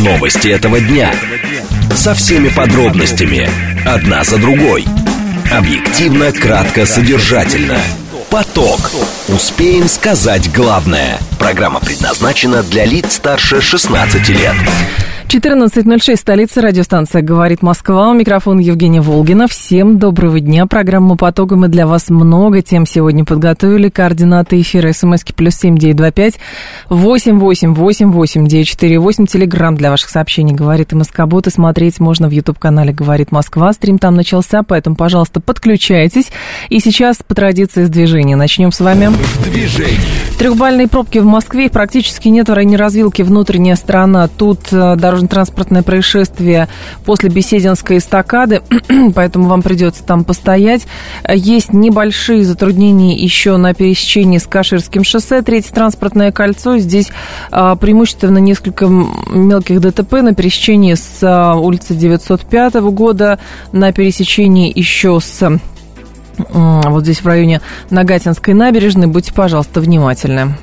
Новости этого дня. Со всеми подробностями. Одна за другой. Объективно, кратко, содержательно. Поток. Успеем сказать главное. Программа предназначена для лиц старше 16 лет. 14:06, столица, радиостанция «Говорит Москва». У микрофона Евгения Волгина. Всем доброго дня. Программу «Поток». Мы для вас много тем сегодня подготовили. Координаты эфира: смски +7 925 888 8948. Телеграм для ваших сообщений «Говорит МСК-бот». И смотреть можно в YouTube-канале «Говорит Москва». Стрим там начался, поэтому, пожалуйста, подключайтесь. И сейчас по традиции с движения. Начнем с вами. В движении. Трехбальные пробки в Москве. Их практически нет в районе развилки «Внутренняя сторона». Тут дорожно-транспортное происшествие после Бесединской эстакады, поэтому вам придется там постоять. Есть небольшие затруднения еще на пересечении с Каширским шоссе. Третье транспортное кольцо. Здесь преимущественно несколько мелких ДТП на пересечении с улицы 905 года, на пересечении еще с вот здесь в районе Нагатинской набережной. Будьте, пожалуйста, внимательны.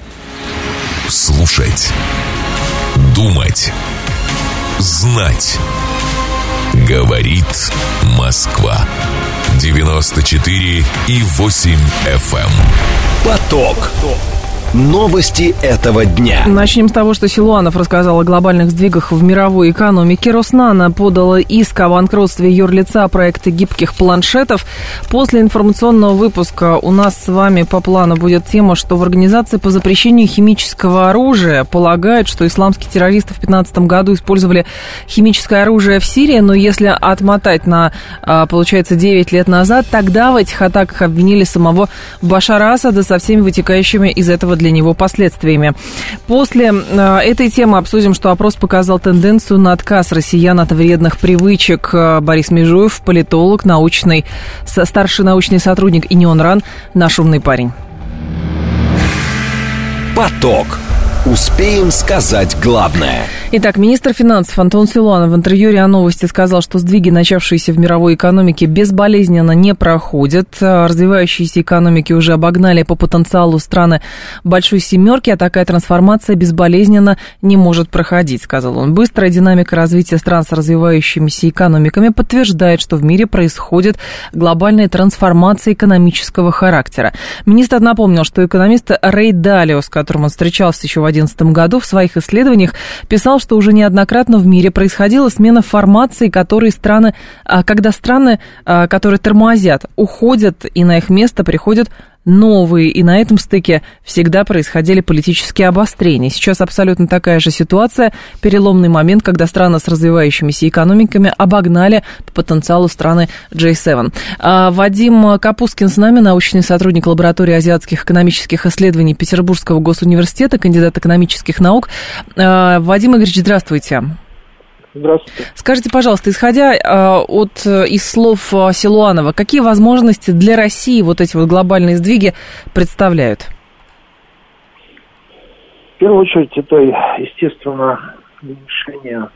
Слушать. Думать. Знать. Говорит Москва. 94,8 FM. Поток. Новости этого дня. Начнем с того, что Силуанов рассказал о глобальных сдвигах в мировой экономике. Роснано подало иск о банкротстве юрлица проекта гибких планшетов. После информационного выпуска у нас с вами по плану будет тема, что в Организации по запрещению химического оружия полагают, что исламские террористы в 2015 году использовали химическое оружие в Сирии, но если отмотать на, получается, 9 лет назад, тогда в этих атаках обвинили самого Башара Асада со всеми вытекающими из этого для него последствиями. После этой темы обсудим, что опрос показал тенденцию на отказ россиян от вредных привычек. Борис Межуев, политолог, старший научный сотрудник ИНИОН РАН, наш умный парень. Поток. Успеем сказать главное. Итак, министр финансов Антон Силуанов в интервью РИА Новости сказал, что сдвиги, начавшиеся в мировой экономике, безболезненно не проходят. Развивающиеся экономики уже обогнали по потенциалу страны Большой Семерки, а такая трансформация безболезненно не может проходить, сказал он. Быстрая динамика развития стран с развивающимися экономиками подтверждает, что в мире происходит глобальная трансформация экономического характера. Министр напомнил, что экономист Рэй Далио, с которым он встречался еще в 2011 году, в своих исследованиях писал, что уже неоднократно в мире происходила смена формаций, когда страны, которые тормозят, уходят, и на их место приходят новые, и на этом стыке всегда происходили политические обострения. Сейчас абсолютно такая же ситуация, переломный момент, когда страны с развивающимися экономиками обогнали по потенциалу страны G7. Вадим Капускин с нами, научный сотрудник лаборатории азиатских экономических исследований Петербургского госуниверситета, кандидат экономических наук. Вадим Игоревич, здравствуйте. Здравствуйте. Скажите, пожалуйста, исходя из слов Силуанова, какие возможности для России вот эти вот глобальные сдвиги представляют? В первую очередь, это, естественно, уменьшение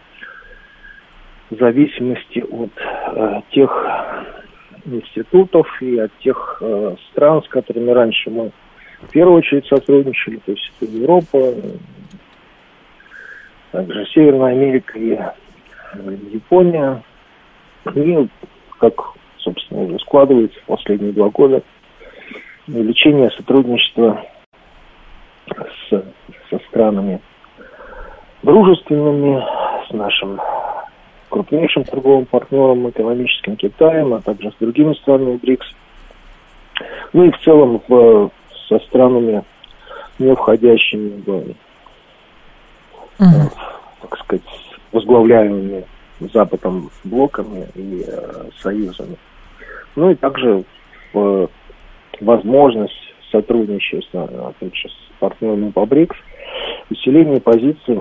зависимости от тех институтов и от тех стран, с которыми раньше мы в первую очередь сотрудничали, то есть это Европа, также Северная Америка и Япония. И, как, собственно, уже складывается в последние 2 года, увеличение сотрудничества со странами дружественными, с нашим крупнейшим торговым партнером, экономическим Китаем, а также с другими странами БРИКС. Ну и в целом со странами, не входящими в так сказать, возглавляемыми Западом блоками и союзами. Ну и также возможность сотрудничества, опять же, с партнерами по БРИКС, усиление позиций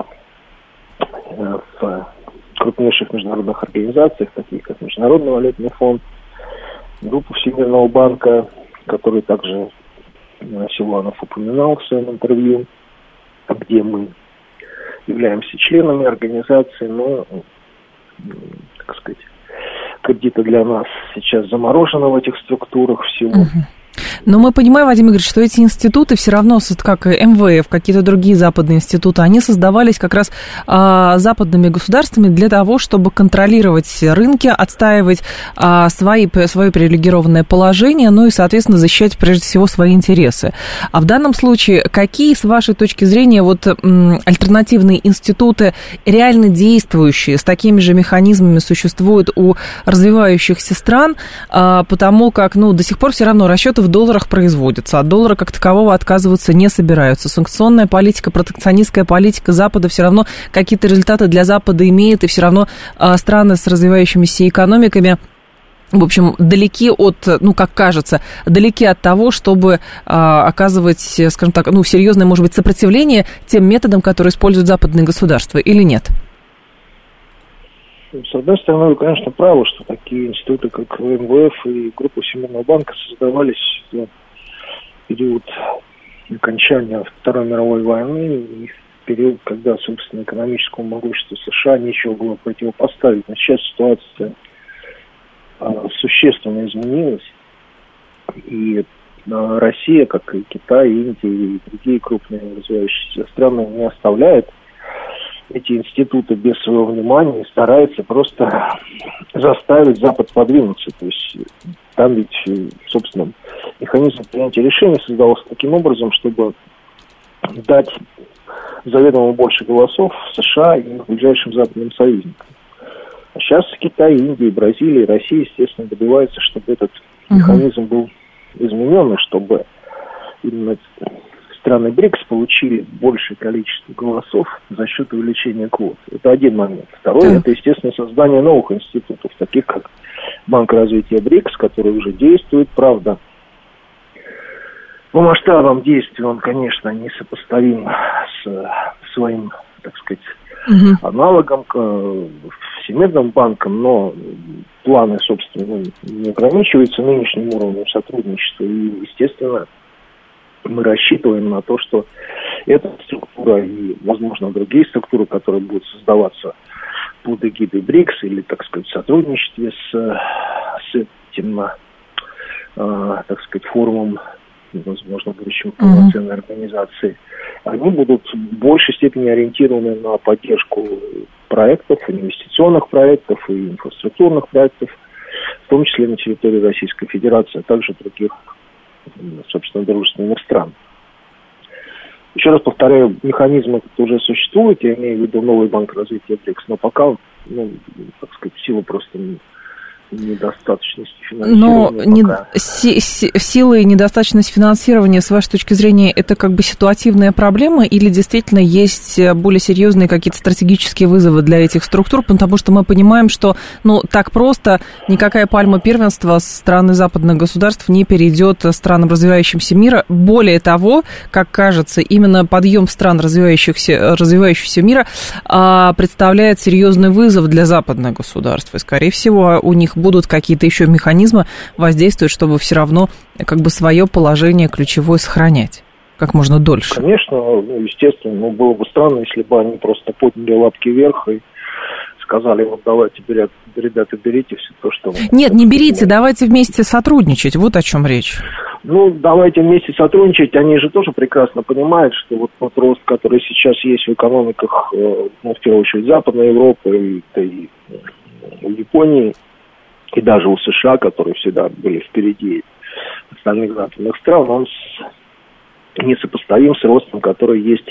в крупнейших международных организациях, таких как Международный валютный фонд, группа Всемирного банка, который также Силуанов упоминал в своем интервью, где мы являемся членами организации, но, так сказать, кредиты для нас сейчас заморожены в этих структурах всего. Но мы понимаем, Вадим Игоревич, что эти институты все равно, как МВФ, какие-то другие западные институты, они создавались как раз западными государствами для того, чтобы контролировать рынки, отстаивать свое привилегированное положение, ну и, соответственно, защищать прежде всего свои интересы. А в данном случае, какие, с вашей точки зрения, вот альтернативные институты, реально действующие, с такими же механизмами существуют у развивающихся стран, потому как, до сих пор все равно расчеты в долларах производятся, от доллара как такового отказываться не собираются. Санкционная политика, протекционистская политика Запада все равно какие-то результаты для Запада имеет, и все равно страны с развивающимися экономиками, в общем, далеки от, как кажется, далеки от того, чтобы оказывать, скажем так, серьезное, может быть, сопротивление тем методам, которые используют западные государства, или нет? С одной стороны, вы, конечно, правы, что такие институты, как МВФ и группа Всемирного банка, создавались в период окончания Второй мировой войны и в период, когда, собственно, экономическому могуществу США нечего было противопоставить. Но сейчас ситуация существенно изменилась, и Россия, как и Китай, Индия и другие крупные развивающиеся страны, не оставляет эти институты без своего внимания и старается просто заставить Запад подвинуться. То есть там ведь, собственно, механизм принятия решений создавался таким образом, чтобы дать заведомо больше голосов США и ближайшим западным союзникам. А сейчас Китай, Индия, Бразилия, Россия, естественно, добиваются, чтобы этот механизм был изменен, и чтобы именно страны БРИКС получили большее количество голосов за счет увеличения квот. Это один момент. Второй, это, естественно, создание новых институтов, таких как Банк развития БРИКС, который уже действует, правда. По масштабам действий он, конечно, не сопоставим с своим, так сказать, аналогом, Всемирным банком, но планы, собственно, не ограничиваются нынешним уровнем сотрудничества. И, естественно, мы рассчитываем на то, что эта структура и, возможно, другие структуры, которые будут создаваться под эгидой БРИКС или, так сказать, в сотрудничестве с этим, так сказать, форумом, возможно, будущем полноценной организации, они будут в большей степени ориентированы на поддержку проектов, инвестиционных проектов и инфраструктурных проектов, в том числе на территории Российской Федерации, а также других, собственно, дружественных стран. Еще раз повторяю, механизм этот уже существует, я имею в виду новый банк развития БРИКС, но пока, так сказать, в силу просто недостаточности финансирования. Но сила и недостаточность финансирования, с вашей точки зрения, это как бы ситуативная проблема или действительно есть более серьезные какие-то стратегические вызовы для этих структур, потому что мы понимаем, что так просто никакая пальма первенства со стороны западных государств не перейдет странам развивающимся мира. Более того, как кажется, именно подъем стран развивающегося мира представляет серьезный вызов для западных государств. И, скорее всего, у них будут какие-то еще механизмы воздействовать, чтобы все равно как бы свое положение ключевое сохранять как можно дольше. Конечно, естественно, было бы странно, если бы они просто подняли лапки вверх и сказали, давайте, ребята, берите все то, что... Нет, не берите, давайте вместе сотрудничать, вот о чем речь. Давайте вместе сотрудничать, они же тоже прекрасно понимают, что вот тот рост, который сейчас есть в экономиках, в первую очередь Западной Европы, и у Японии, и даже у США, которые всегда были впереди остальных западных стран, он несопоставим с ростом, который есть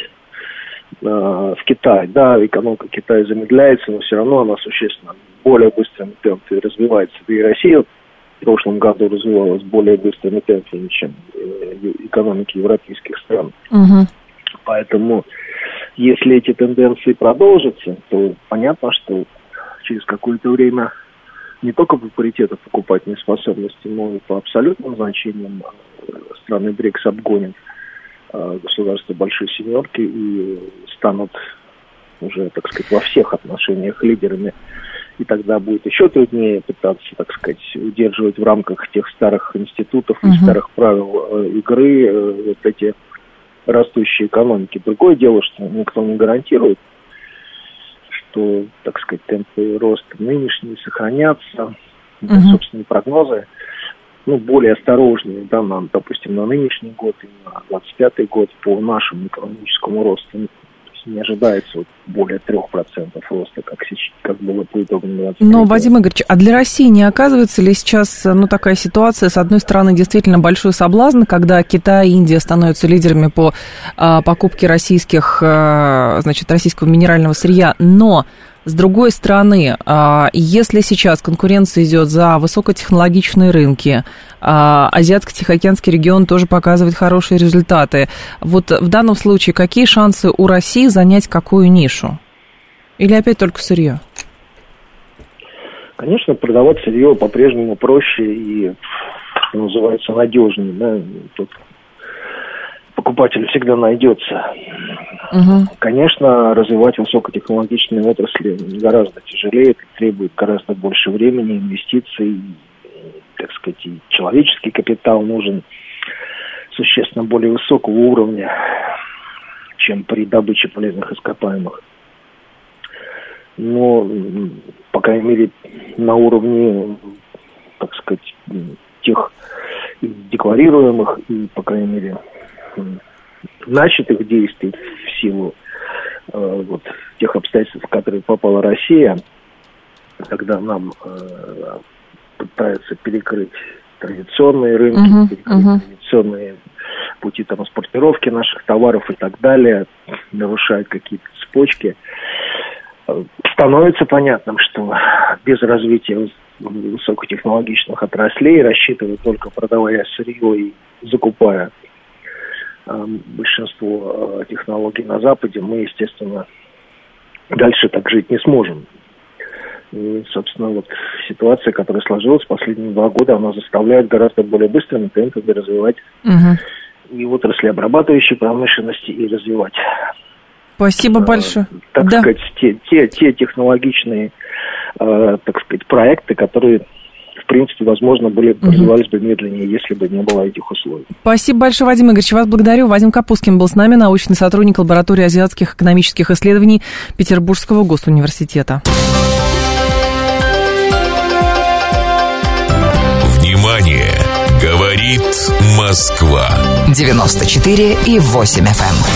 в Китае. Да, экономика Китая замедляется, но все равно она существенно более быстрыми темпами развивается. Да и Россия в прошлом году развивалась более быстрыми темпами, чем экономики европейских стран. Поэтому, если эти тенденции продолжатся, то понятно, что через какое-то время не только по паритету покупательной способности, но и по абсолютным значениям страны БРИКС обгонят государства Большой Семерки и станут уже, так сказать, во всех отношениях лидерами. И тогда будет еще труднее пытаться, так сказать, удерживать в рамках тех старых институтов и старых правил игры вот эти растущие экономики. Другое дело, что никто не гарантирует, что, так сказать, темпы роста нынешние сохранятся, собственные прогнозы более осторожными, да, допустим, на нынешний год и на 2025 год по нашему экономическому росту. То есть не ожидается более 3% роста, как было по итогам 2023 года. Но, Вадим Игоревич, а для России не оказывается ли сейчас, такая ситуация, с одной стороны, действительно большой соблазн, когда Китай и Индия становятся лидерами по покупке российского минерального сырья, но с другой стороны, если сейчас конкуренция идет за высокотехнологичные рынки, Азиатско-Тихоокеанский регион тоже показывает хорошие результаты. Вот в данном случае какие шансы у России занять какую нишу? Или опять только сырье? Конечно, продавать сырье по-прежнему проще и, что называется, надежнее. Да? Тут покупатель всегда найдется. Угу. Конечно, развивать высокотехнологичные отрасли гораздо тяжелее, это требует гораздо больше времени, инвестиций, так сказать, и человеческий капитал нужен существенно более высокого уровня, чем при добыче полезных ископаемых. Но, по крайней мере, на уровне, так сказать, тех декларируемых и, по крайней мере, начатых действий в силу тех обстоятельств, в которые попала Россия, когда нам пытаются перекрыть традиционные рынки, традиционные пути транспортировки наших товаров и так далее, нарушают какие-то цепочки, становится понятным, что без развития высокотехнологичных отраслей, рассчитывая только продавая сырье и закупая большинство технологий на Западе, мы, естественно, дальше так жить не сможем. И, собственно, ситуация, которая сложилась последние 2 года, она заставляет гораздо более быстрыми темпами развивать и отрасли обрабатывающей промышленности, и развивать. Спасибо большое. Так сказать, те технологичные, так сказать, проекты, которые, в принципе, возможно, развивались бы медленнее, если бы не было этих условий. Спасибо большое, Вадим Игоревич. Вас благодарю. Вадим Капускин был с нами, научный сотрудник лаборатории азиатских экономических исследований Петербургского госуниверситета. Внимание! Говорит Москва. 94,8 FM.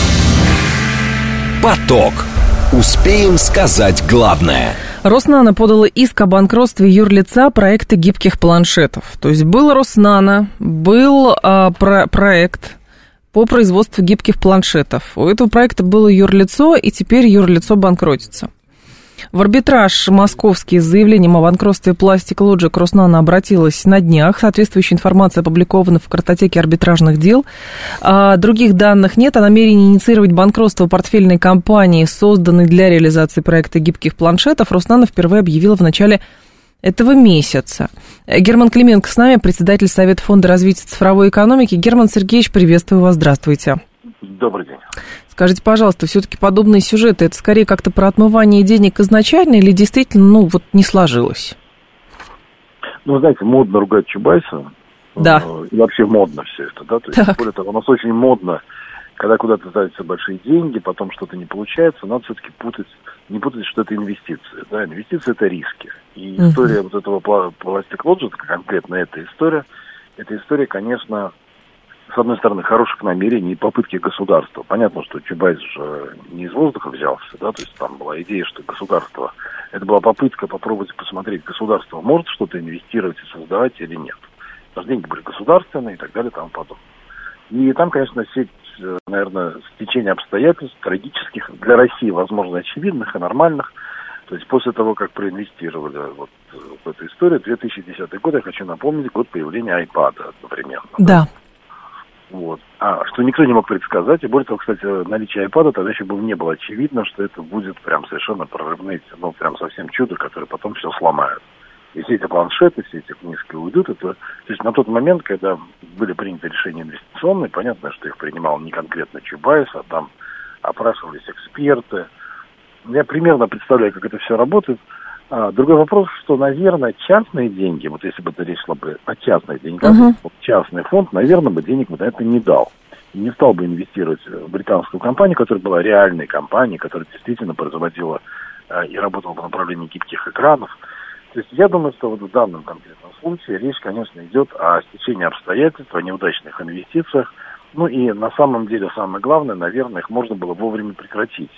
Поток. Успеем сказать главное. Роснано подало иск о банкротстве юрлица проекта гибких планшетов. То есть был Роснано, был проект по производству гибких планшетов. У этого проекта было юрлицо, и теперь юрлицо банкротится. В арбитраж московский с заявлением о банкротстве Plastic Logic Роснано обратилась на днях. Соответствующая информация опубликована в картотеке арбитражных дел. Других данных нет. О намерении инициировать банкротство портфельной компании, созданной для реализации проекта гибких планшетов, Роснано впервые объявила в начале этого месяца. Герман Клименко с нами, председатель Совета фонда развития цифровой экономики. Герман Сергеевич, приветствую вас. Здравствуйте. Добрый день. Скажите, пожалуйста, все-таки подобные сюжеты, это скорее как-то про отмывание денег изначально или действительно, не сложилось? Знаете, модно ругать Чубайса. Да. И вообще модно все это, да? То есть, более того, у нас очень модно, когда куда-то тратятся большие деньги, потом что-то не получается, надо все-таки не путать, что это инвестиции. Да? Инвестиции – это риски. И история этого Plastic Logic, конкретно эта история, конечно, с одной стороны, хороших намерений и попытки государства. Понятно, что Чубайс же не из воздуха взялся, да, то есть там была идея, что государство, это была попытка попробовать посмотреть, государство может что-то инвестировать и создавать или нет. Потому что деньги были государственные и так далее и тому подобное. И там, конечно, сеть, наверное, стечения обстоятельств трагических, для России, возможно, очевидных и нормальных. То есть после того, как проинвестировали в эту историю, 2010 год, я хочу напомнить, год появления iPad одновременно. Да. Что никто не мог предсказать, и более того, кстати, наличие iPad тогда еще не было очевидно, что это будет прям совершенно прорывные, прям совсем чудо, которое потом все сломает. И все эти планшеты, все эти книжки уйдут. То есть на тот момент, когда были приняты решения инвестиционные, понятно, что их принимал не конкретно Чубайс, а там опрашивались эксперты. Я примерно представляю, как это все работает. Другой вопрос, что, наверное, частные деньги, если бы это речь шла бы о частных деньгах, частный фонд, наверное, бы денег на это не дал. И не стал бы инвестировать в британскую компанию, которая была реальной компанией, которая действительно производила и работала по направлению гибких экранов. То есть я думаю, что вот в данном конкретном случае речь, конечно, идет о стечении обстоятельств, о неудачных инвестициях. Ну и на самом деле самое главное, наверное, их можно было вовремя прекратить.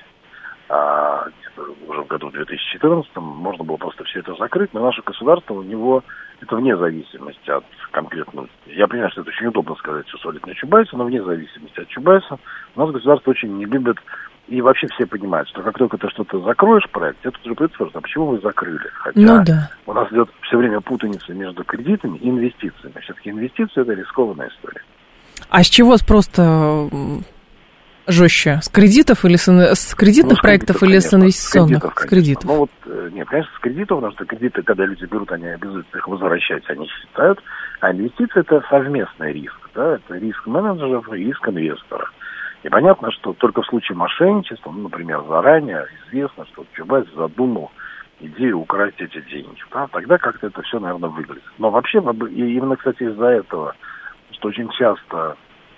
Уже в году 2014 можно было просто все это закрыть, но наше государство, у него это вне зависимости от конкретного... Я понимаю, что это очень удобно сказать, все свалить на Чубайса, но вне зависимости от Чубайса у нас государство очень не любит, и вообще все понимают, что как только ты что-то закроешь проект, это уже придется, а почему вы закрыли? Хотя у нас идет все время путаница между кредитами и инвестициями. Все-таки инвестиции – это рискованная история. А с чего просто жестче? С кредитов или с кредитных проектов или с инвестиционных? С кредитов. Ну вот, нет, конечно, с кредитов, потому что кредиты, когда люди берут, они обязуются их возвращать, они считают. А инвестиции – это совместный риск, да, это риск менеджеров и риск инвестора. И понятно, что только в случае мошенничества, ну, например, заранее известно, что Чубайс задумал идею украсть эти деньги. Да, тогда как-то это все, наверное, выглядит. Но вообще, и именно, кстати, из-за этого, что очень часто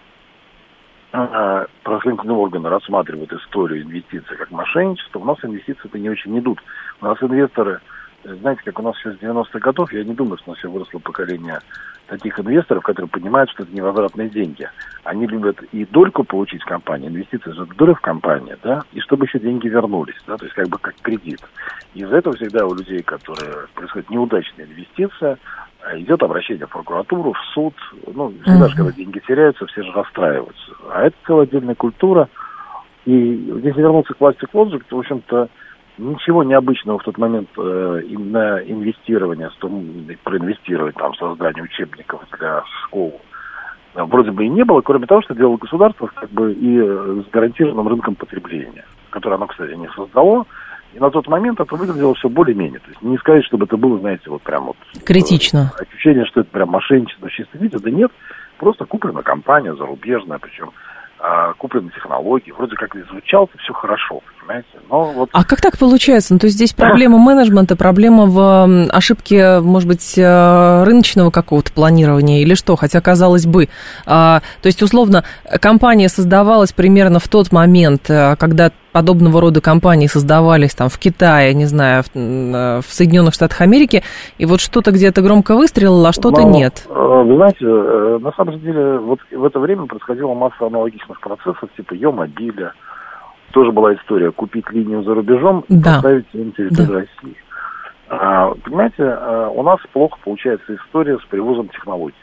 правоохранительные органы рассматривают историю инвестиций как мошенничество, у нас инвестиции-то не очень идут. У нас инвесторы, знаете, как у нас сейчас с 90-х годов, я не думаю, что у нас все выросло поколение таких инвесторов, которые понимают, что это невозвратные деньги. Они любят и дольку получить в компании, инвестиции же доля в компании, да, и чтобы еще деньги вернулись, да, то есть как бы как кредит. Из-за этого всегда у людей, которые происходит неудачная инвестиция, идет обращение в прокуратуру, в суд. Ну, всегда же, когда деньги теряются, все же расстраиваются. А это целая отдельная культура. И если вернуться к Plastic Logic, то, в общем-то, ничего необычного в тот момент на инвестирование, проинвестировать там создание учебников для школ вроде бы и не было, кроме того, что делало государство как бы и с гарантированным рынком потребления, которое оно, кстати, не создало. И на тот момент это выглядело все более-менее. То есть не сказать, чтобы это было, знаете, вот прям вот... Критично. Ощущение, что это прям мошенничество в чистом виде. Да нет, просто куплена компания зарубежная, причем куплены технологии. Вроде как и звучало, все хорошо, понимаете? Но вот... А как так получается? Ну, то есть здесь проблема менеджмента, проблема в ошибке, может быть, рыночного какого-то планирования или что? Хотя, казалось бы, то есть, условно, компания создавалась примерно в тот момент, когда подобного рода компании создавались там в Китае, не знаю, в Соединенных Штатах Америки, и вот что-то где-то громко выстрелило, а что-то нет. Вы знаете, на самом деле, вот в это время происходила масса аналогичных процессов, типа Е-мобиля. Тоже была история купить линию за рубежом и поставить ее на территорию России. Понимаете, у нас плохо получается история с привозом технологий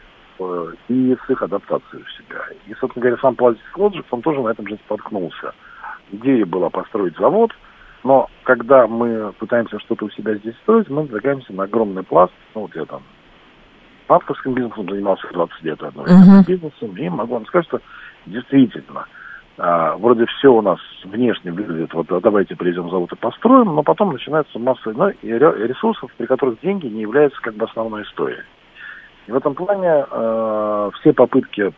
и с их адаптацией в себя. И, собственно говоря, сам Plastic Logic, он тоже на этом же споткнулся. Идея была построить завод, но когда мы пытаемся что-то у себя здесь строить, мы натыкаемся на огромный пласт. Ну, вот я там банковским бизнесом занимался 20 лет одновременно бизнесом, и могу вам сказать, что действительно, вроде все у нас внешне выглядит, вот давайте привезем завод и построим, но потом начинается масса ресурсов, при которых деньги не являются как бы основной историей. И в этом плане все попытки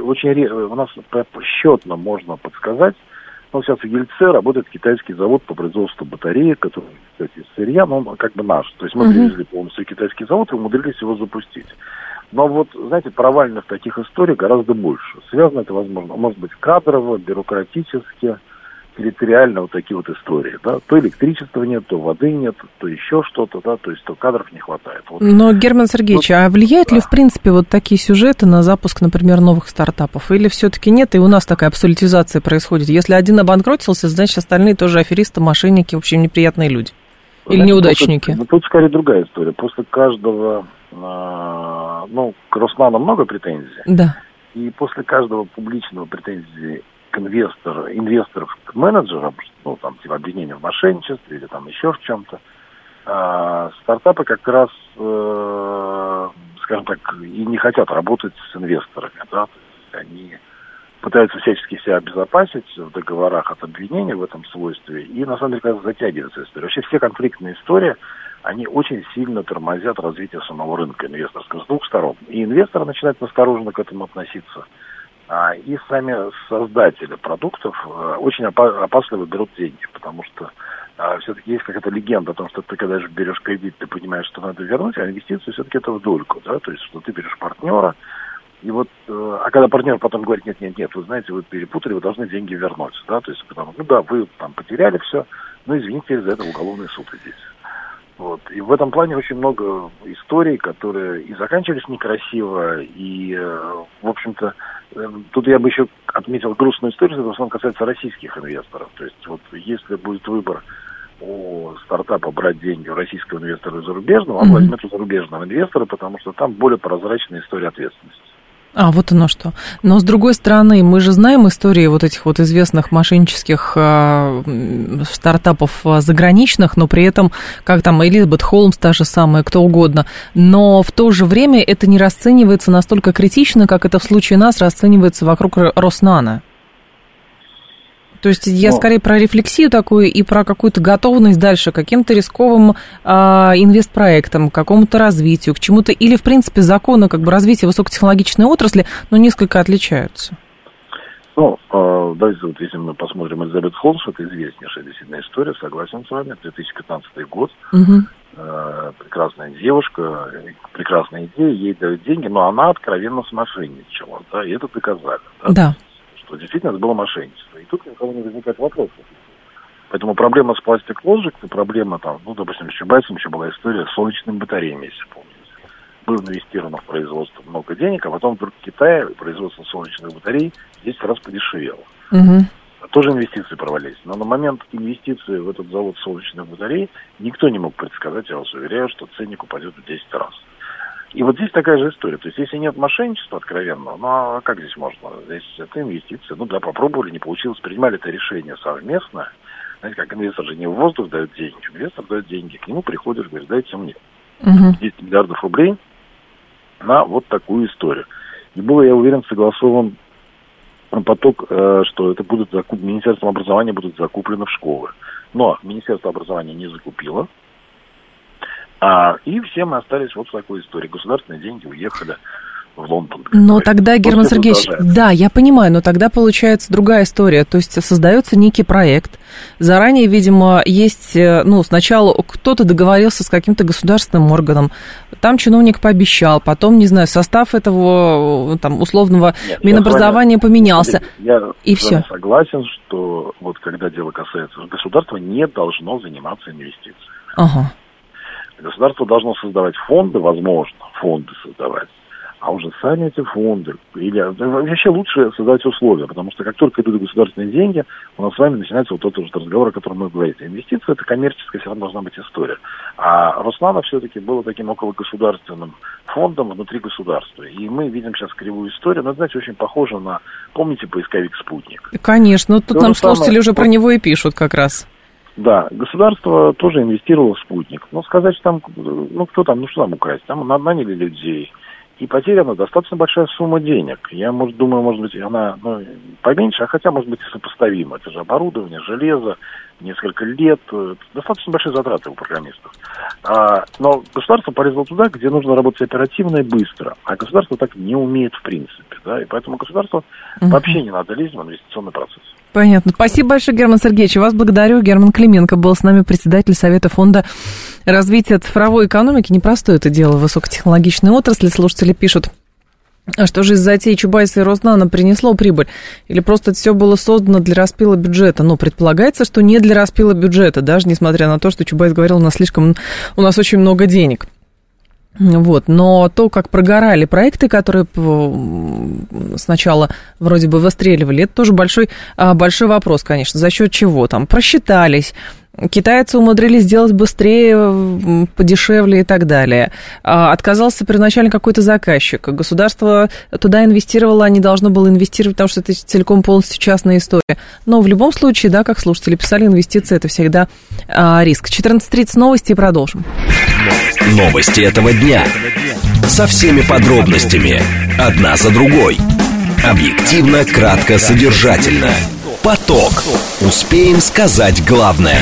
у нас счетно можно подсказать. Ну, сейчас в Ельце работает китайский завод по производству батареек, который, кстати, из сырья, но он как бы наш. То есть мы привезли полностью китайский завод и умудрились его запустить. Но вот, знаете, провальных таких историй гораздо больше. Связано это, возможно, может быть, кадрово, бюрократически, территориально, вот такие вот истории, да. То электричества нет, то воды нет, то еще что-то, да, то есть то кадров не хватает. Вот. Но, Герман Сергеевич, а влияют ли, в принципе, вот такие сюжеты на запуск, например, новых стартапов? Или все-таки нет, и у нас такая абсолютизация происходит? Если один обанкротился, значит, остальные тоже аферисты, мошенники, в общем, неприятные люди? Или неудачники? Тут скорее другая история. После каждого, к Роснано много претензий. Да. И после каждого публичного претензии к инвесторов к менеджерам, ну, там, типа обвинения в мошенничестве или там еще в чем-то, стартапы как раз, скажем так, и не хотят работать с инвесторами, да, они пытаются всячески себя обезопасить в договорах от обвинений в этом свойстве, и на самом деле как раз затягивается история. Вообще все конфликтные истории, они очень сильно тормозят развитие самого рынка инвесторского с двух сторон. И инвесторы начинают настороженно к этому относиться, и сами создатели продуктов очень опасливо берут деньги, потому что все-таки есть какая-то легенда о том, что ты, когда же берешь кредит, ты понимаешь, что надо вернуть, а инвестиции все-таки это в дольку, да, то есть, что ты берешь партнера, и вот, когда партнер потом говорит, нет, вы знаете, вы перепутали, вы должны деньги вернуть, да, то есть, потому, вы там потеряли все, извините, за это уголовный суд идите. Вот. И в этом плане очень много историй, которые и заканчивались некрасиво, и, в общем-то, тут я бы еще отметил грустную историю, это в основном касается российских инвесторов. То есть вот если будет выбор у стартапа брать деньги у российского инвестора и зарубежного, он возьмет у зарубежного инвестора, потому что там более прозрачная история ответственности. А, вот оно что. Но, с другой стороны, мы же знаем истории вот этих вот известных мошеннических стартапов заграничных, но при этом, как там Элизабет Холмс, та же самая, кто угодно. Но в то же время это не расценивается настолько критично, как это в случае нас расценивается вокруг Роснано. То есть я скорее про рефлексию такую и про какую-то готовность дальше к каким-то рисковым инвестпроектам, к какому-то развитию, к чему-то, или, в принципе, законы как бы развития высокотехнологичной отрасли, но несколько отличаются. Давайте вот если мы посмотрим Элизабет Холмс, это известнейшая действительно история, согласен с вами, 2015 год. Прекрасная девушка, прекрасная идея, ей дают деньги, но она откровенно смошенничала, да, и это доказали. Да. Что действительно это было мошенничество. И тут ни у кого не возникает вопросов. Поэтому проблема с Plastic Logic, проблема там, допустим, с Чубайсом еще была история с солнечными батареями, если помните. Было инвестировано в производство много денег, а потом вдруг в Китае производство солнечных батарей в 10 раз подешевело. Тоже инвестиции провалились. Но на момент инвестиций в этот завод солнечных батарей никто не мог предсказать, я вас уверяю, что ценник упадет в 10 раз. И вот здесь такая же история. То есть, если нет мошенничества откровенного, ну, а как здесь можно? Здесь это инвестиции. Ну, да, попробовали, не получилось. Принимали это решение совместно. Знаете, как инвестор же не в воздух дает деньги. Инвестор дает деньги. К нему приходишь, говоришь, дайте мне 10 миллиардов рублей на вот такую историю. И было, я уверен, согласован поток, что это будет Министерством образования будут закуплены в школы. Но Министерство образования не закупило. И все мы остались вот в такой истории. Государственные деньги уехали в Лондон. Но тогда, Герман Сергеевич, да, я понимаю, но тогда получается другая история. То есть создается некий проект. Заранее, видимо, есть, сначала кто-то договорился с каким-то государственным органом, там чиновник пообещал, потом, не знаю, состав этого там условного Минобразования поменялся. И все. Я согласен, что вот когда дело касается государства, не должно заниматься инвестициями. Ага. Государство должно создавать фонды, возможно, фонды создавать, а уже сами эти фонды, или вообще лучше создать условия, потому что как только идут государственные деньги, у нас с вами начинается вот этот вот разговор, о котором мы говорим. Инвестиции – это коммерческая, все равно должна быть история. А Роснано все-таки было таким окологосударственным фондом внутри государства. И мы видим сейчас кривую историю, но, знаете, очень похоже на, помните, поисковик «Спутник»? Конечно, тут нам слушатели уже про него и пишут как раз. Да, государство тоже инвестировало в «Спутник». Но сказать, что там, что там украсть? Там наняли людей, и потеряна достаточно большая сумма денег. Я думаю, может быть, она поменьше, хотя, может быть, и сопоставима. Это же оборудование, железо, несколько лет, достаточно большие затраты у программистов. Но государство полезло туда, где нужно работать оперативно и быстро. А государство так не умеет в принципе. Да? И поэтому государству вообще не надо лезть в инвестиционный процесс. Понятно. Спасибо большое, Герман Сергеевич. Вас благодарю. Герман Клименко был с нами, председатель Совета фонда развития цифровой экономики. Непростое это дело в высокотехнологичной отрасли. Слушатели пишут, что же из затеи Чубайса и Роснано принесло прибыль? Или просто это все было создано для распила бюджета? Предполагается, что не для распила бюджета, даже несмотря на то, что Чубайс говорил, у нас очень много денег. Но то, как прогорали проекты, которые сначала вроде бы выстреливали, это тоже большой вопрос, конечно. За счет чего там? Просчитались. Китайцы умудрились сделать быстрее, подешевле и так далее. Отказался первоначально какой-то заказчик. Государство туда инвестировало, а не должно было инвестировать, потому что это целиком полностью частная история. Но в любом случае, да, как слушатели писали, инвестиции – это всегда риск. 14:30 новости и продолжим. Новости этого дня. Со всеми подробностями. Одна за другой. Объективно, кратко, содержательно. Поток. Успеем сказать главное.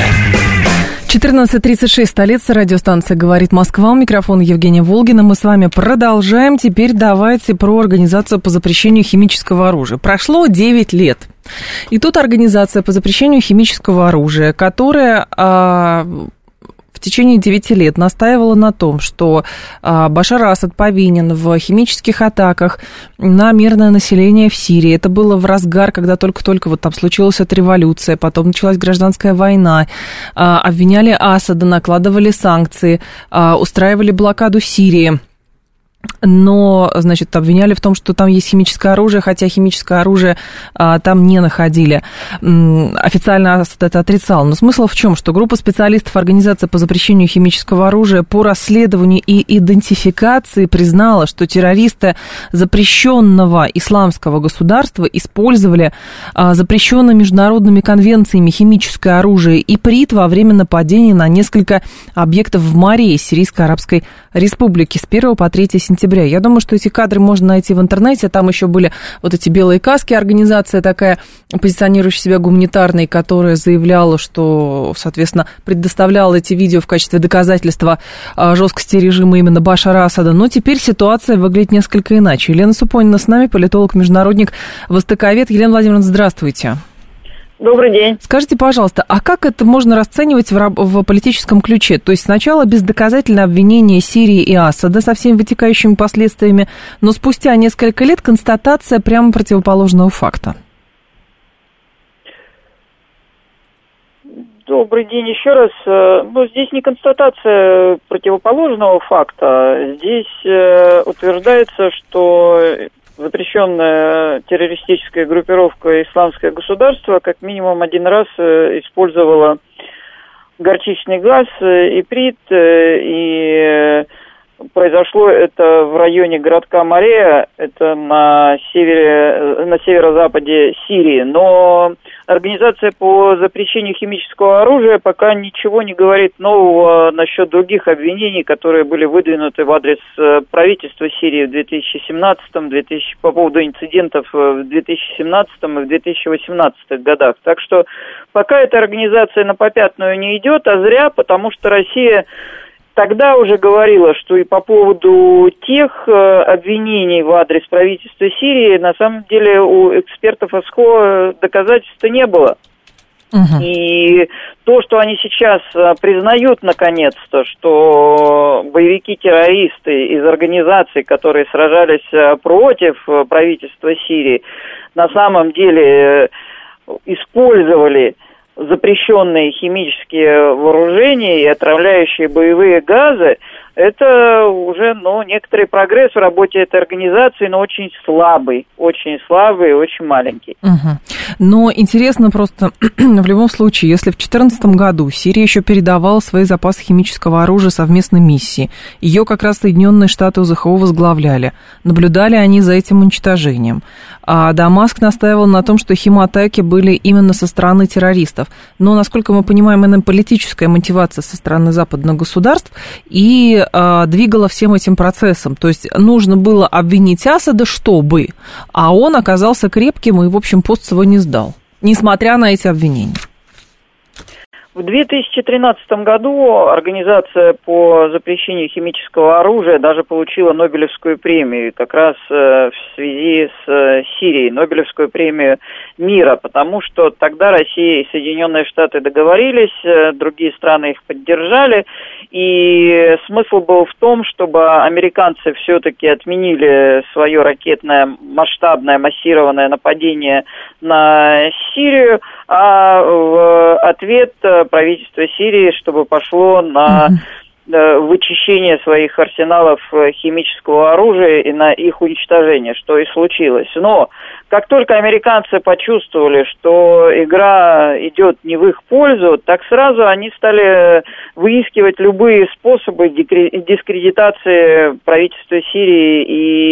14:36, столица, радиостанция «Говорит Москва». У микрофона Евгения Волгина. Мы с вами продолжаем. Теперь давайте про организацию по запрещению химического оружия. Прошло 9 лет. И тут организация по запрещению химического оружия, которая в течение 9 лет настаивала на том, что Башар Асад повинен в химических атаках на мирное население в Сирии. Это было в разгар, когда только-только вот там случилась эта революция, потом началась гражданская война, обвиняли Асада, накладывали санкции, устраивали блокаду Сирии. Но, значит, обвиняли в том, что там есть химическое оружие, хотя химическое оружие там не находили. Официально Асад это отрицал. Но смысл в чем? Что группа специалистов Организации по запрещению химического оружия по расследованию и идентификации признала, что террористы запрещенного исламского государства использовали запрещенное международными конвенциями химическое оружие ИПРИТ во время нападений на несколько объектов в Марии, Сирийской Арабской Республики с 1 по 3 сентября. Я думаю, что эти кадры можно найти в интернете. Там еще были вот эти белые каски, организация такая, позиционирующая себя гуманитарной, которая заявляла, что, соответственно, предоставляла эти видео в качестве доказательства жесткости режима именно Башара Асада. Но теперь ситуация выглядит несколько иначе. Елена Супонина с нами, политолог-международник, востоковед. Елена Владимировна, здравствуйте. Добрый день. Скажите, пожалуйста, а как это можно расценивать в политическом ключе? То есть сначала бездоказательное обвинение Сирии и Асада со всеми вытекающими последствиями, но спустя несколько лет констатация прямо противоположного факта. Добрый день еще раз. Ну, здесь не констатация противоположного факта. Здесь утверждается, что запрещенная террористическая группировка «Исламское государство» как минимум один раз использовала горчичный газ, иприт, и произошло это в районе городка Морея, это на северо-западе Сирии. Но Организация по запрещению химического оружия пока ничего не говорит нового насчет других обвинений, которые были выдвинуты в адрес правительства Сирии в 2017 по поводу инцидентов в 2017 и в 2018 годах. Так что пока эта организация на попятную не идет, а зря, потому что Россия тогда уже говорила, что и по поводу тех обвинений в адрес правительства Сирии на самом деле у экспертов СХО доказательств не было. И то, что они сейчас признают наконец-то, что боевики-террористы из организаций, которые сражались против правительства Сирии, на самом деле использовали запрещенные химические вооружения и отравляющие боевые газы, это уже, некоторый прогресс в работе этой организации, но очень слабый и очень маленький. Но интересно просто, в любом случае, если в 2014 году Сирия еще передавала свои запасы химического оружия совместной миссии, ее как раз Соединенные Штаты УЗХО возглавляли, наблюдали они за этим уничтожением. А Дамаск настаивал на том, что химатаки были именно со стороны террористов. Но, насколько мы понимаем, именно политическая мотивация со стороны западных государств и двигала всем этим процессом. То есть нужно было обвинить Асада, чтобы, а он оказался крепким и, в общем, пост свой не сдал, несмотря на эти обвинения. В 2013 году Организация по запрещению химического оружия даже получила Нобелевскую премию, как раз в связи с Сирией, Нобелевскую премию мира, потому что тогда Россия и Соединенные Штаты договорились, другие страны их поддержали, и смысл был в том, чтобы американцы все-таки отменили свое ракетное, масштабное, массированное нападение на Сирию, а в ответ правительство Сирии, чтобы пошло на вычищение своих арсеналов химического оружия и на их уничтожение, что и случилось. Но как только американцы почувствовали, что игра идет не в их пользу, так сразу они стали выискивать любые способы дискредитации правительства Сирии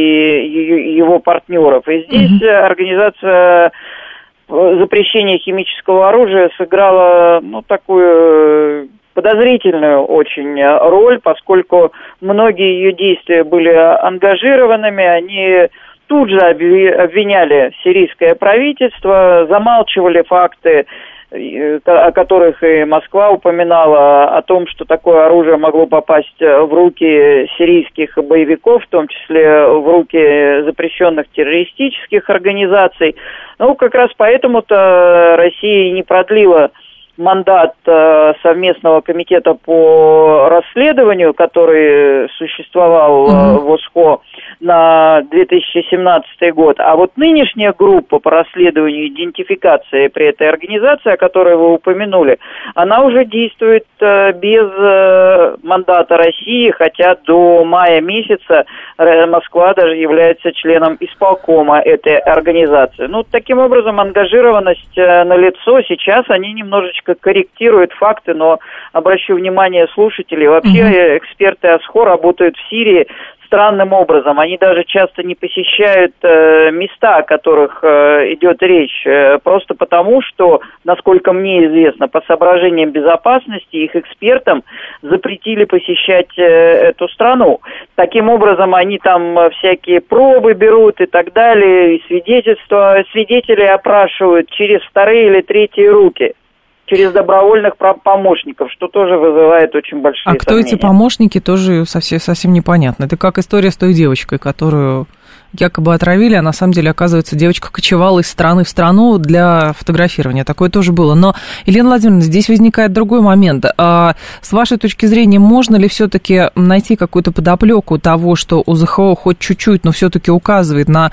и его партнеров. И здесь организация запрещение химического оружия сыграло, такую подозрительную очень роль, поскольку многие ее действия были ангажированными, они тут же обвиняли сирийское правительство, замалчивали факты, о которых и Москва упоминала, о том, что такое оружие могло попасть в руки сирийских боевиков, в том числе в руки запрещенных террористических организаций. Как раз поэтому-то Россия не продлила мандат совместного комитета по расследованию, который существовал в ОСХО на 2017 год. А вот нынешняя группа по расследованию и идентификации при этой организации, о которой вы упомянули, она уже действует без мандата России, хотя до мая месяца Москва даже является членом исполкома этой организации. Ну, таким образом, ангажированность налицо. Сейчас они немножечко корректируют факты, но обращу внимание слушателей, вообще эксперты ОСХО работают в Сирии странным образом. Они даже часто не посещают места, о которых идет речь, просто потому, что, насколько мне известно, по соображениям безопасности их экспертам запретили посещать эту страну. Таким образом, они там всякие пробы берут и так далее, и свидетелей опрашивают через вторые или третьи руки, через добровольных помощников, что тоже вызывает очень большие сомнения. А кто эти помощники, тоже совсем непонятно. Это как история с той девочкой, которую якобы отравили, а на самом деле, оказывается, девочка кочевала из страны в страну для фотографирования. Такое тоже было. Но, Елена Владимировна, здесь возникает другой момент. С вашей точки зрения, можно ли все-таки найти какую-то подоплеку того, что ОЗХО хоть чуть-чуть, но все-таки указывает на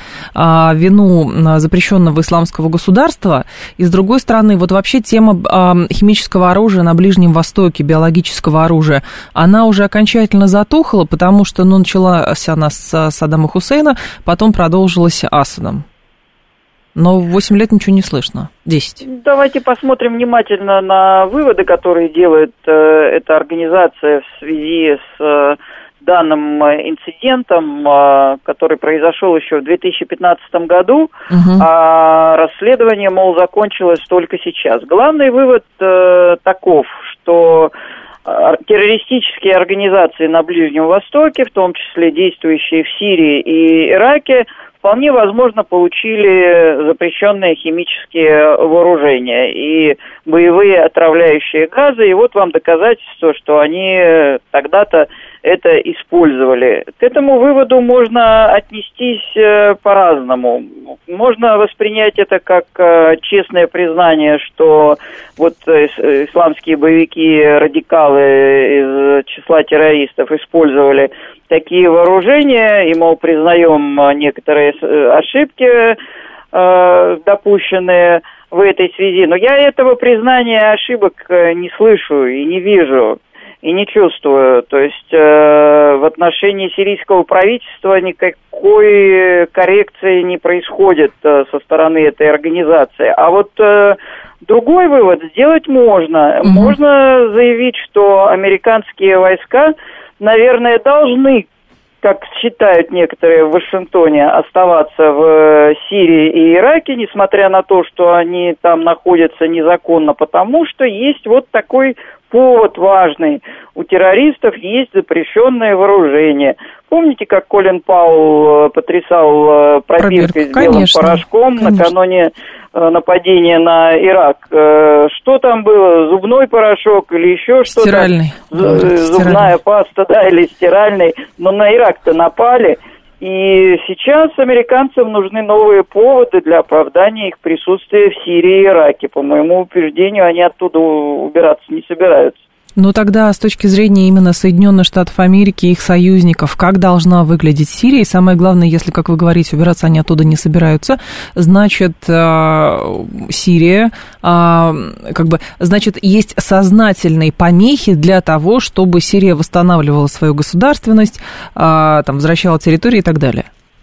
вину запрещенного исламского государства? И, с другой стороны, вот вообще тема химического оружия на Ближнем Востоке, биологического оружия, она уже окончательно затухла, потому что началась она с Саддама Хусейна, потом продолжилась Асадом. Но 8 лет ничего не слышно. 10. Давайте посмотрим внимательно на выводы, которые делает эта организация в связи с данным инцидентом, который произошел еще в 2015 году, а расследование, мол, закончилось только сейчас. Главный вывод таков, что террористические организации на Ближнем Востоке, в том числе действующие в Сирии и Ираке, вполне возможно получили запрещенные химические вооружения и боевые отравляющие газы. И вот вам доказательство, что они тогда-то это использовали. К этому выводу можно отнестись по-разному. Можно воспринять это как честное признание, что вот исламские боевики, радикалы из числа террористов использовали такие вооружения, и, мол, признаем некоторые ошибки, допущенные в этой связи. Но я этого признания ошибок не слышу и не вижу. И не чувствую. То есть в отношении сирийского правительства никакой коррекции не происходит со стороны этой организации. А вот другой вывод сделать можно. Можно заявить, что американские войска, наверное, должны, как считают некоторые в Вашингтоне, оставаться в Сирии и Ираке, несмотря на то, что они там находятся незаконно, потому что есть вот такой повод важный. У террористов есть запрещенное вооружение. Помните, как Колин Пауэлл потрясал пробиркой с белым порошком накануне нападения на Ирак? Что там было? Зубной порошок или еще что-то? Стиральный. Зубная паста, да, или стиральный. Но на Ирак-то напали. И сейчас американцам нужны новые поводы для оправдания их присутствия в Сирии и Ираке. По моему убеждению, они оттуда убираться не собираются. Ну тогда с точки зрения именно Соединенных Штатов Америки и их союзников, как должна выглядеть Сирия? И самое главное, если, как вы говорите, убираться они оттуда не собираются, значит, Сирия, значит, есть сознательные помехи для того, чтобы Сирия восстанавливала свою государственность, возвращала территории и так далее.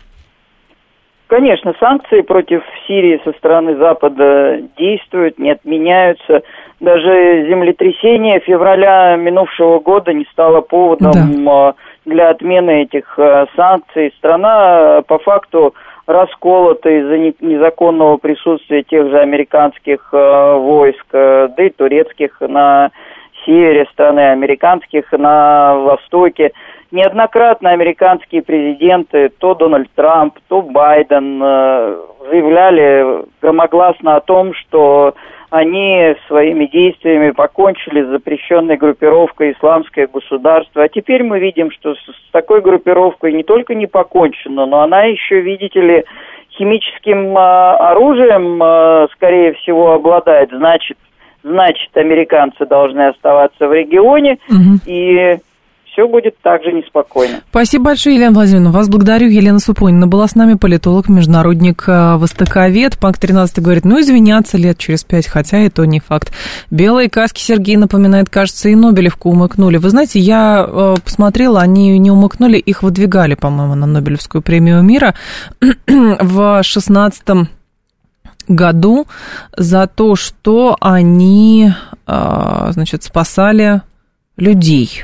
Конечно, санкции против Сирии со стороны Запада действуют, не отменяются. Даже землетрясение февраля минувшего года не стало поводом для отмены этих санкций. Страна по факту расколота из-за незаконного присутствия тех же американских войск, да и турецких на севере страны, американских на востоке. Неоднократно американские президенты, то Дональд Трамп, то Байден, заявляли громогласно о том, что они своими действиями покончили с запрещенной группировкой «Исламское государство». А теперь мы видим, что с такой группировкой не только не покончено, но она еще, видите ли, химическим оружием, скорее всего, обладает. Значит, значит, американцы должны оставаться в регионе, и все будет также неспокойно. Спасибо большое, Елена Владимировна. Вас благодарю. Елена Супонина была с нами, политолог, международник, востоковед. Панк 13 говорит, извиняться лет через 5, хотя и то не факт. Белые каски, Сергей напоминает, кажется, и Нобелевку умыкнули. Вы знаете, я посмотрела, они не умыкнули, их выдвигали, по-моему, на Нобелевскую премию мира в 16-м году за то, что они, значит, спасали людей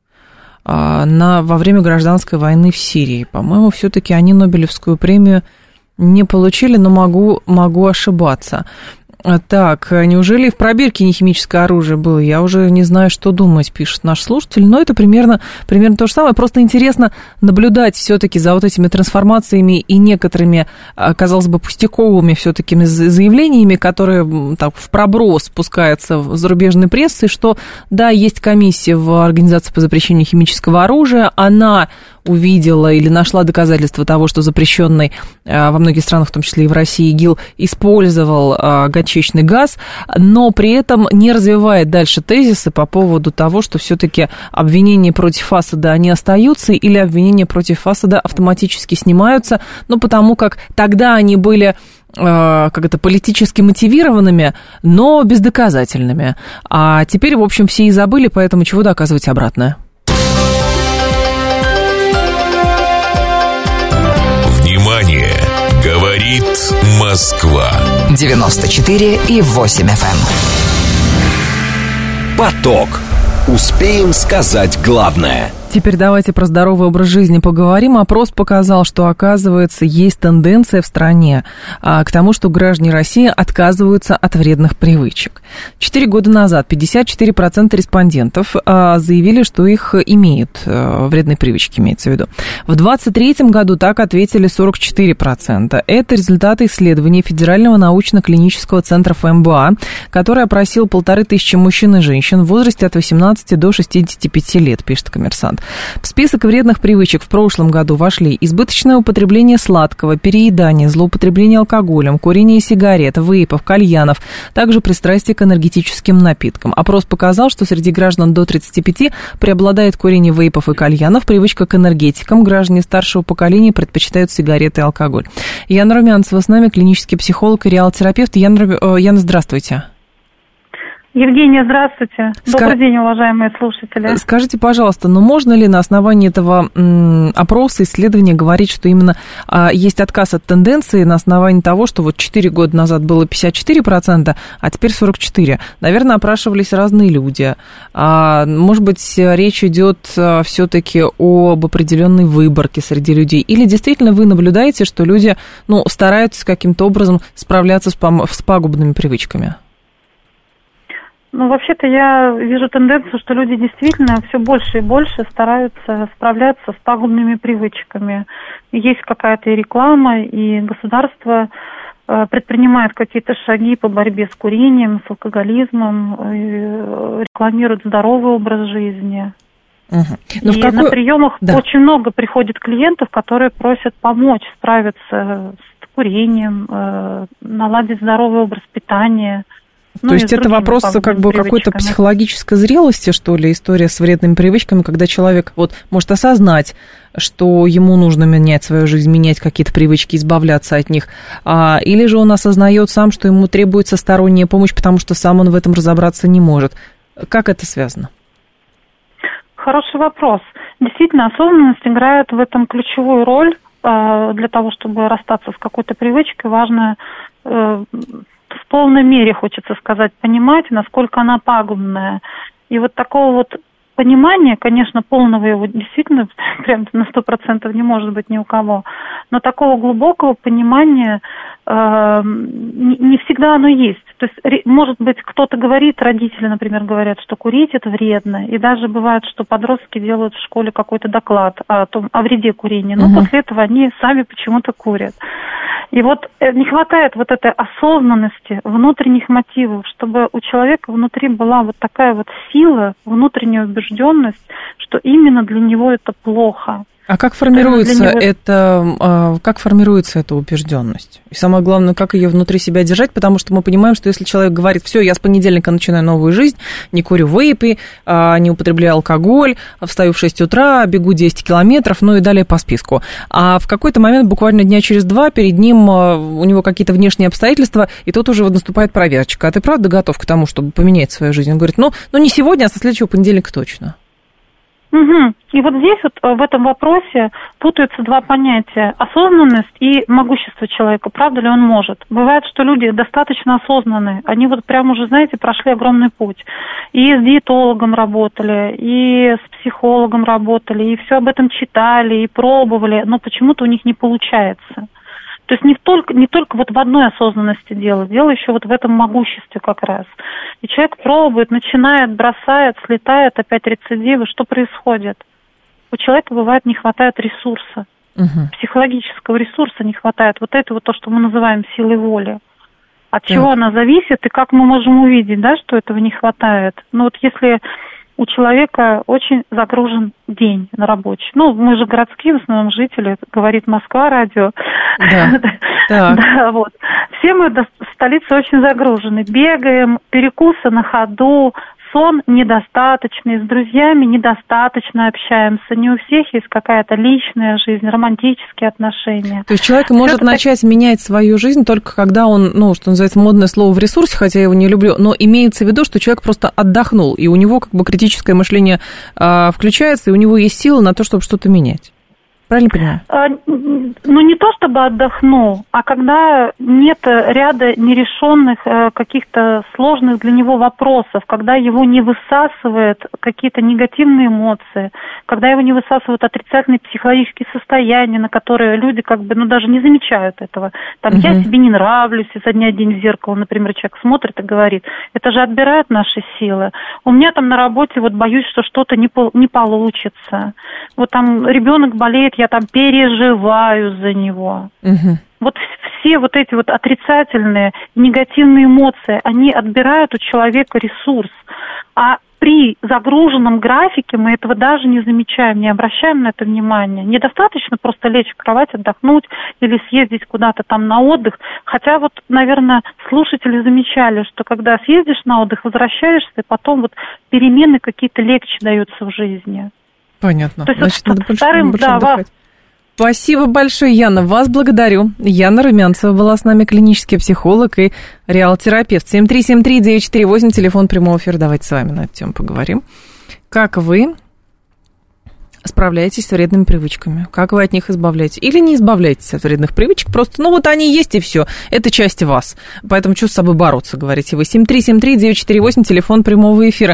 во время гражданской войны в Сирии. По-моему, все-таки они Нобелевскую премию не получили, но могу ошибаться. Так, неужели в пробирке не химическое оружие было? Я уже не знаю, что думать, пишет наш слушатель. Но это примерно то же самое. Просто интересно наблюдать все-таки за вот этими трансформациями и некоторыми, казалось бы, пустяковыми все-таки заявлениями, которые так в проброс спускаются в зарубежной прессе, что да, есть комиссия в Организации по запрещению химического оружия, она увидела или нашла доказательства того, что запрещенный во многих странах, в том числе и в России, ИГИЛ использовал горчичный газ, но при этом не развивает дальше тезисы по поводу того, что все-таки обвинения против Асада, они остаются, или обвинения против Асада автоматически снимаются, потому как тогда они были политически мотивированными, но бездоказательными. А теперь, в общем, все и забыли, поэтому чего доказывать обратное? Внимание! Говорит Москва. 94,8 FM. Поток. Успеем сказать главное. Теперь давайте про здоровый образ жизни поговорим. Опрос показал, что, оказывается, есть тенденция в стране к тому, что граждане России отказываются от вредных привычек. 4 года назад 54% респондентов заявили, что их имеют, вредные привычки имеется в виду. В 2023 году так ответили 44%. Это результаты исследований Федерального научно-клинического центра ФМБА, который опросил 1500 мужчин и женщин в возрасте от 18 до 65 лет, пишет «Коммерсант». В список вредных привычек в прошлом году вошли избыточное употребление сладкого, переедание, злоупотребление алкоголем, курение сигарет, вейпов, кальянов, также пристрастие к энергетическим напиткам. Опрос показал, что среди граждан до 35 преобладает курение вейпов и кальянов, привычка к энергетикам. Граждане старшего поколения предпочитают сигареты и алкоголь. Яна Румянцева с нами, клинический психолог и реал-терапевт. Яна, здравствуйте. Евгения, здравствуйте. Добрый день, уважаемые слушатели. Скажите, пожалуйста, можно ли на основании этого опроса, исследования говорить, что именно есть отказ от тенденции на основании того, что 4 года назад было 54%, а теперь 44%? Наверное, опрашивались разные люди. Может быть, речь идет все-таки об определенной выборке среди людей? Или действительно вы наблюдаете, что люди стараются каким-то образом справляться с пагубными привычками? Вообще-то я вижу тенденцию, что люди действительно все больше и больше стараются справляться с пагубными привычками. Есть какая-то и реклама, и государство предпринимает какие-то шаги по борьбе с курением, с алкоголизмом, рекламирует здоровый образ жизни. На приемах очень много приходит клиентов, которые просят помочь справиться с курением, наладить здоровый образ питания. То есть это вопрос какой-то психологической зрелости, что ли, история с вредными привычками, когда человек может осознать, что ему нужно менять свою жизнь, менять какие-то привычки, избавляться от них, или же он осознает сам, что ему требуется сторонняя помощь, потому что сам он в этом разобраться не может. Как это связано? Хороший вопрос. Действительно, осознанность играет в этом ключевую роль. Для того, чтобы расстаться с какой-то привычкой, важно в полной мере, хочется сказать, понимать, насколько она пагубная. И такого понимания, конечно, полного его действительно прям на 100% не может быть ни у кого, но такого глубокого понимания не всегда оно есть. То есть, может быть, кто-то говорит, родители, например, говорят, что курить это вредно, и даже бывает, что подростки делают в школе какой-то доклад о вреде курения, но после этого они сами почему-то курят. И не хватает этой осознанности, внутренних мотивов, чтобы у человека внутри была такая сила, внутренняя убежденность, что именно для него это плохо. А как формируется эта убежденность? И самое главное, как ее внутри себя держать, потому что мы понимаем, что если человек говорит, все, я с понедельника начинаю новую жизнь, не курю вейпы, не употребляю алкоголь, встаю в 6 утра, бегу 10 километров, ну и далее по списку. А в какой-то момент, буквально дня через 2, перед ним у него какие-то внешние обстоятельства, и тут уже наступает проверочка. А ты правда готов к тому, чтобы поменять свою жизнь? Он говорит, ну не сегодня, а со следующего понедельника точно. Угу. И вот здесь вот в этом вопросе путаются два понятия: осознанность и могущество человека. Правда ли он может? Бывает, что люди достаточно осознанные, они вот прям уже, знаете, прошли огромный путь. И с диетологом работали, и с психологом работали, и все об этом читали, и пробовали, но почему-то у них не получается. То есть не только вот в одной осознанности дело еще вот в этом могуществе как раз. И человек пробует, начинает, бросает, слетает, опять рецидивы. Что происходит? У человека, бывает, не хватает ресурса. Психологического ресурса не хватает. Вот это вот то, что мы называем силой воли. От чего она зависит и как мы можем увидеть, да, что этого не хватает? Ну вот если у человека очень загружен день на рабочий. Ну, мы же городские в основном жители, говорит Москва радио. Да, вот. Все мы в столице очень загружены. Бегаем, перекусы на ходу, сон недостаточный, с друзьями недостаточно общаемся. Не у всех есть какая-то личная жизнь, романтические отношения. То есть человек может начать менять свою жизнь только когда он, что называется, модное слово в ресурсе, хотя я его не люблю, но имеется в виду, что человек просто отдохнул, и у него как бы критическое мышление включается, и у него есть силы на то, чтобы что-то менять. Правильно понимаю? Не то чтобы отдохнул, а когда нет ряда нерешенных каких-то сложных для него вопросов, когда его не высасывают какие-то негативные эмоции, когда его не высасывают отрицательные психологические состояния, на которые люди даже не замечают этого. Я себе не нравлюсь, изо дня в день в зеркало, например, человек смотрит и говорит, это же отбирает наши силы. У меня на работе боюсь, что что-то не получится. Ребенок болеет, я переживаю за него. Вот все вот эти отрицательные, негативные эмоции, они отбирают у человека ресурс. А при загруженном графике мы этого даже не замечаем, не обращаем на это внимания. Недостаточно просто лечь в кровать, отдохнуть или съездить куда-то на отдых. Хотя наверное, слушатели замечали, что когда съездишь на отдых, возвращаешься, и потом перемены какие-то легче даются в жизни. Понятно. То есть надо больше отдыхать. Спасибо большое, Яна. Вас благодарю. Яна Румянцева была с нами, клинический психолог и реал-терапевт. 7373948, телефон прямого эфира. Давайте с вами на эту тему поговорим. Как вы справляетесь с вредными привычками? Как вы от них избавляетесь? Или не избавляетесь от вредных привычек? Просто, они есть и все. Это часть вас. Поэтому что с собой бороться, говорите вы. 7373948, телефон прямого эфира.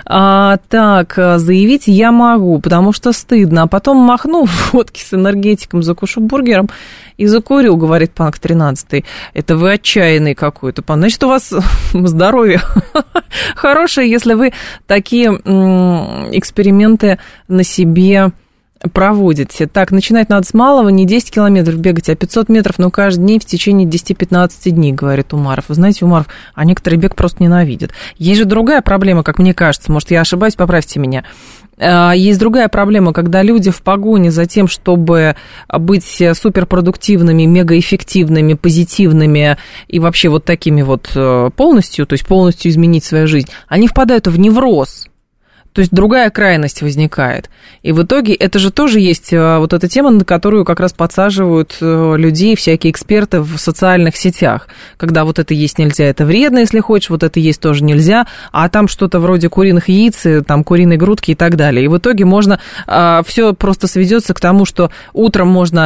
Заявить я могу, потому что стыдно. А потом махну водки с энергетиком, закушу бургером и закурю, говорит Панк 13. Это вы отчаянный какой-то. Значит, у вас здоровье хорошее, если вы такие эксперименты на себе проводите. Так, начинать надо с малого, не 10 километров бегать, а 500 метров, но каждый день в течение 10-15 дней, говорит Умаров. Вы знаете, Умаров, а некоторые бег просто ненавидят. Есть же другая проблема, как мне кажется, может, я ошибаюсь, поправьте меня. Есть другая проблема, когда люди в погоне за тем, чтобы быть суперпродуктивными, мегаэффективными, позитивными и вообще такими полностью, то есть полностью изменить свою жизнь, они впадают в невроз. То есть другая крайность возникает. И в итоге это же тоже есть эта тема, на которую как раз подсаживают людей всякие эксперты в социальных сетях. Когда это есть нельзя, это вредно, если хочешь, это есть тоже нельзя, а там что-то вроде куриных яиц, куриной грудки и так далее. И в итоге все просто сведется к тому, что утром можно,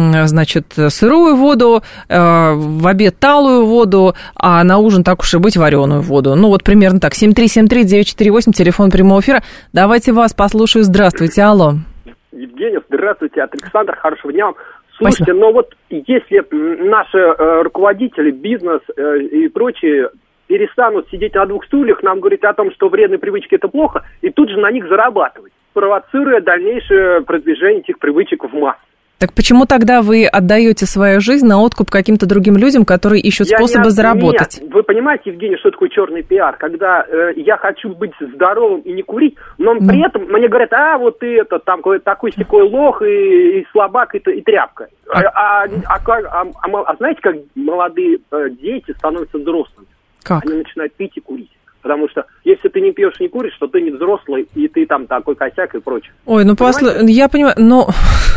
сырую воду, в обед талую воду, а на ужин, так уж и быть, вареную воду. Примерно так. 7373948, телефон прямого эфира. Давайте вас послушаю. Здравствуйте, алло. Евгений, здравствуйте, от Александра, хорошего дня вам. Слушайте, но если наши руководители, бизнес и прочие перестанут сидеть на двух стульях, нам говорить о том, что вредные привычки это плохо, и тут же на них зарабатывать, провоцируя дальнейшее продвижение этих привычек в массы. Так почему тогда вы отдаете свою жизнь на откуп каким-то другим людям, которые ищут способы заработать? Нет, вы понимаете, Евгений, что такое черный пиар? Когда я хочу быть здоровым и не курить, но при этом мне говорят, вот ты там такой-сякой лох и слабак и тряпка. Знаете, как молодые дети становятся взрослыми? Как? Они начинают пить и курить. Потому что если ты не пьешь, не куришь, то ты не взрослый, и ты там такой косяк и прочее. Ой, я понимаю, но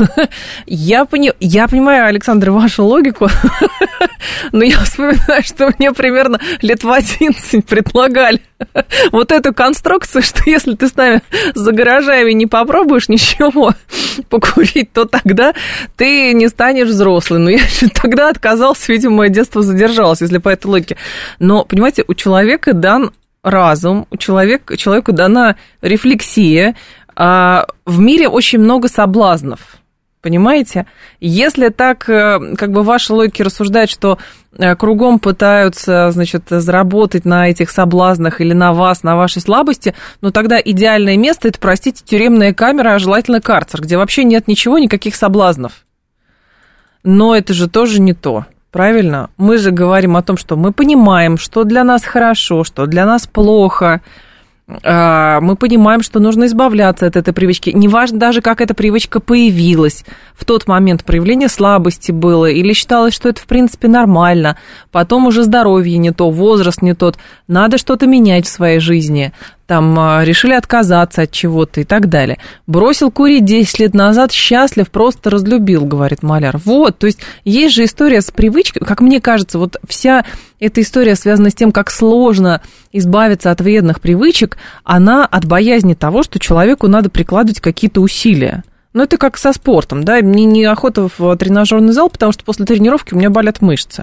я понимаю, Александр, вашу логику, но я вспоминаю, что мне примерно лет в 11 предлагали вот эту конструкцию, что если ты с нами за гаражами не попробуешь ничего покурить, то тогда ты не станешь взрослым. Но я тогда отказался, видимо, мое детство задержалось, если по этой логике. Но, понимаете, у человека дан разум, человеку дана рефлексия. В мире очень много соблазнов, понимаете? Если так, как бы ваши логики рассуждают, что кругом пытаются, значит, заработать на этих соблазнах или на вас, на вашей слабости, ну тогда идеальное место – это, простите, тюремная камера, а желательно карцер, где вообще нет ничего, никаких соблазнов. Но это же тоже не то. Правильно? Мы же говорим о том, что мы понимаем, что для нас хорошо, что для нас плохо. Мы понимаем, что нужно избавляться от этой привычки. Неважно даже, как эта привычка появилась. В тот момент проявление слабости было, или считалось, что это в принципе нормально. Потом уже здоровье не то, возраст не тот. Надо что-то менять в своей жизни. Там решили отказаться от чего-то и так далее. Бросил курить 10 лет назад, счастлив, просто разлюбил, говорит маляр. Вот, то есть есть же история с привычкой. Как мне кажется, вот вся эта история связана с тем, как сложно избавиться от вредных привычек, она от боязни того, что человеку надо прикладывать какие-то усилия. Ну, это как со спортом, да, мне неохота в тренажерный зал, потому что после тренировки у меня болят мышцы.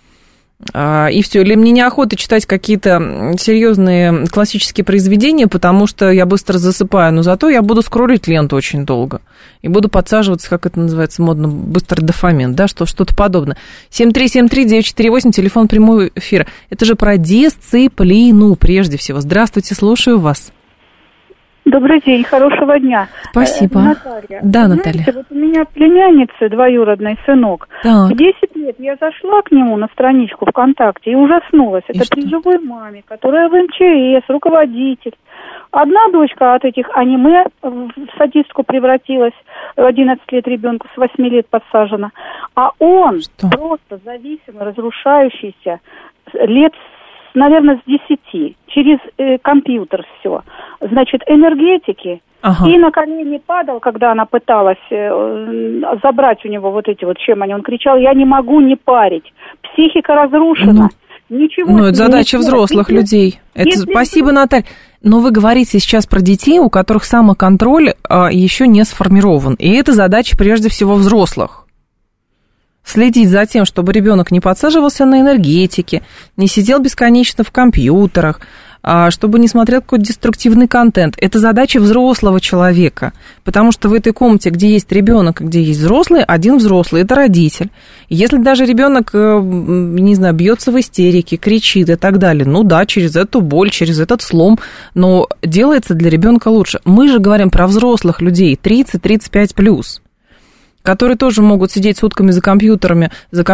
И все, или мне неохота читать какие-то серьезные классические произведения, потому что я быстро засыпаю, но зато я буду скроллить ленту очень долго и буду подсаживаться, как это называется модно, быстрый дофамин, да, что-то подобное. 7373948, телефон прямого эфира. Это же про дисциплину прежде всего. Здравствуйте, слушаю вас. Добрый день, хорошего дня. Спасибо. Наталья. Да, знаете, Наталья. Вот у меня племянница, двоюродный сынок. Так. В 10 лет я зашла к нему на страничку ВКонтакте и ужаснулась. Это при живой маме, которая в МЧС, руководитель. Одна дочка от этих аниме в садистку превратилась, 11 лет ребенку, с 8 лет подсажена. А он просто зависимый, разрушающийся, лет, наверное, с 10, через компьютер все. Значит, энергетики. Ага. И на колени падал, когда она пыталась забрать у него вот эти вот щемани. Он кричал: я не могу не парить. Психика разрушена. Ничего. Ну, это задача взрослых людей. Спасибо, Наталья. Но вы говорите сейчас про детей, у которых самоконтроль еще не сформирован. И это задача прежде всего взрослых. Следить за тем, чтобы ребенок не подсаживался на энергетики, не сидел бесконечно в компьютерах, чтобы не смотрел какой-то деструктивный контент. Это задача взрослого человека, потому что в этой комнате, где есть ребенок, где есть взрослый, один взрослый – это родитель. И если даже ребенок, не знаю, бьется в истерике, кричит и так далее, ну да, через эту боль, через этот слом, но делается для ребенка лучше. Мы же говорим про взрослых людей 30-35+. Которые тоже могут сидеть сутками за компьютером,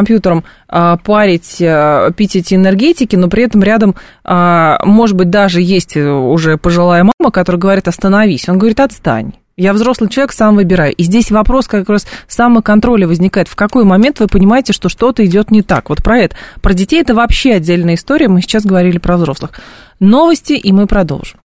парить, пить эти энергетики, но при этом рядом, может быть, даже есть уже пожилая мама, которая говорит: остановись. Он говорит: отстань. Я взрослый человек, сам выбираю. И здесь вопрос как раз самоконтроля возникает. В какой момент вы понимаете, что что-то идет не так? Вот про это. Про детей это вообще отдельная история. Мы сейчас говорили про взрослых. Новости, и мы продолжим.